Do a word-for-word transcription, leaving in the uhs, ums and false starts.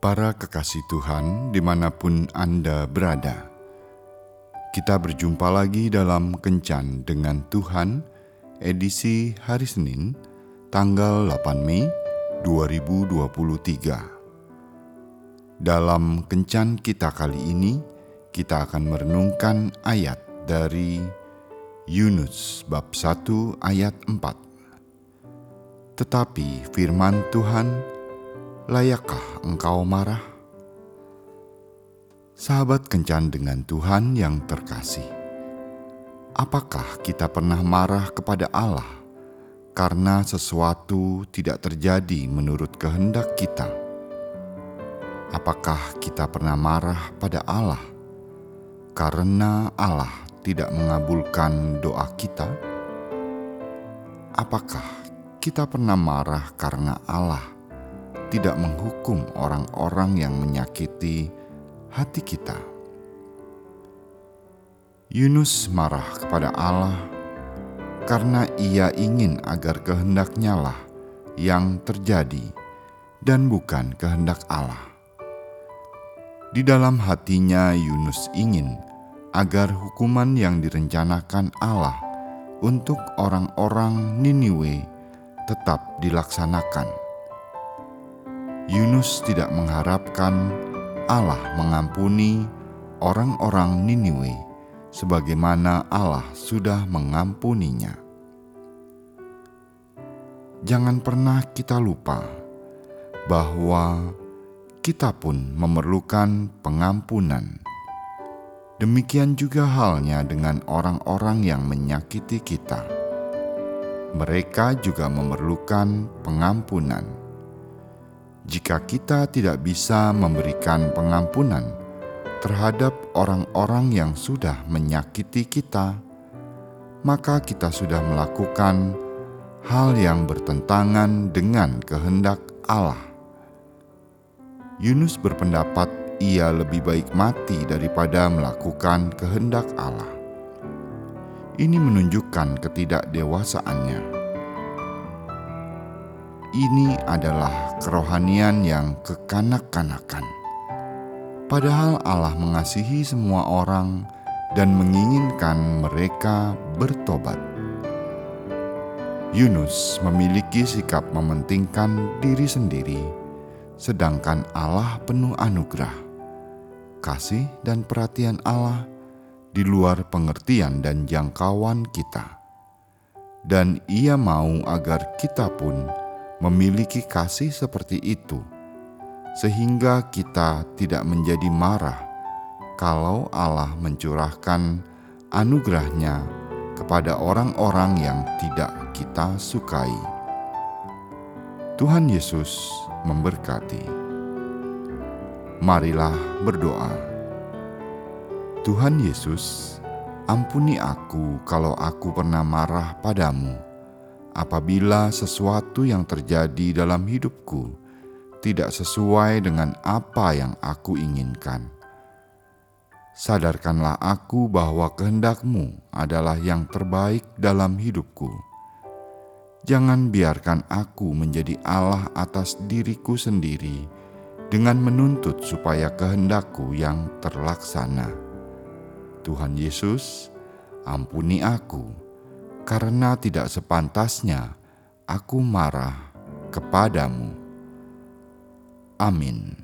Para kekasih Tuhan dimanapun Anda berada, kita berjumpa lagi dalam Kencan dengan Tuhan, edisi hari Senin, tanggal delapan Mei dua ribu dua puluh tiga. Dalam Kencan kita kali ini, kita akan merenungkan ayat dari Yunus bab satu ayat empat. Tetapi firman Tuhan, layakkah engkau marah? Sahabat Kencan dengan Tuhan yang terkasih, apakah kita pernah marah kepada Allah karena sesuatu tidak terjadi menurut kehendak kita? Apakah kita pernah marah pada Allah karena Allah tidak mengabulkan doa kita? Apakah kita pernah marah karena Allah tidak menghukum orang-orang yang menyakiti hati kita? Yunus marah kepada Allah karena ia ingin agar kehendaknya lah yang terjadi dan bukan kehendak Allah. Di dalam hatinya Yunus ingin agar hukuman yang direncanakan Allah untuk orang-orang Niniwe tetap dilaksanakan. Yunus tidak mengharapkan Allah mengampuni orang-orang Niniwe sebagaimana Allah sudah mengampuninya. Jangan pernah kita lupa bahwa kita pun memerlukan pengampunan. Demikian juga halnya dengan orang-orang yang menyakiti kita. Mereka juga memerlukan pengampunan. Jika kita tidak bisa memberikan pengampunan terhadap orang-orang yang sudah menyakiti kita, maka kita sudah melakukan hal yang bertentangan dengan kehendak Allah. Yunus berpendapat ia lebih baik mati daripada melakukan kehendak Allah. Ini menunjukkan ketidakdewasaannya. Ini adalah kerohanian yang kekanak-kanakan. Padahal Allah mengasihi semua orang dan menginginkan mereka bertobat. Yunus memiliki sikap mementingkan diri sendiri, sedangkan Allah penuh anugerah, kasih dan perhatian Allah di luar pengertian dan jangkauan kita. Dan Ia mau agar kita pun memiliki kasih seperti itu, sehingga kita tidak menjadi marah kalau Allah mencurahkan anugerahnya kepada orang-orang yang tidak kita sukai. Tuhan Yesus memberkati. Marilah berdoa. Tuhan Yesus, ampuni aku kalau aku pernah marah padamu apabila sesuatu yang terjadi dalam hidupku tidak sesuai dengan apa yang aku inginkan. Sadarkanlah aku bahwa kehendak-Mu adalah yang terbaik dalam hidupku. Jangan biarkan aku menjadi Allah atas diriku sendiri dengan menuntut supaya kehendak-Ku yang terlaksana. Tuhan Yesus, ampuni aku, karena tidak sepantasnya aku marah kepadamu. Amin.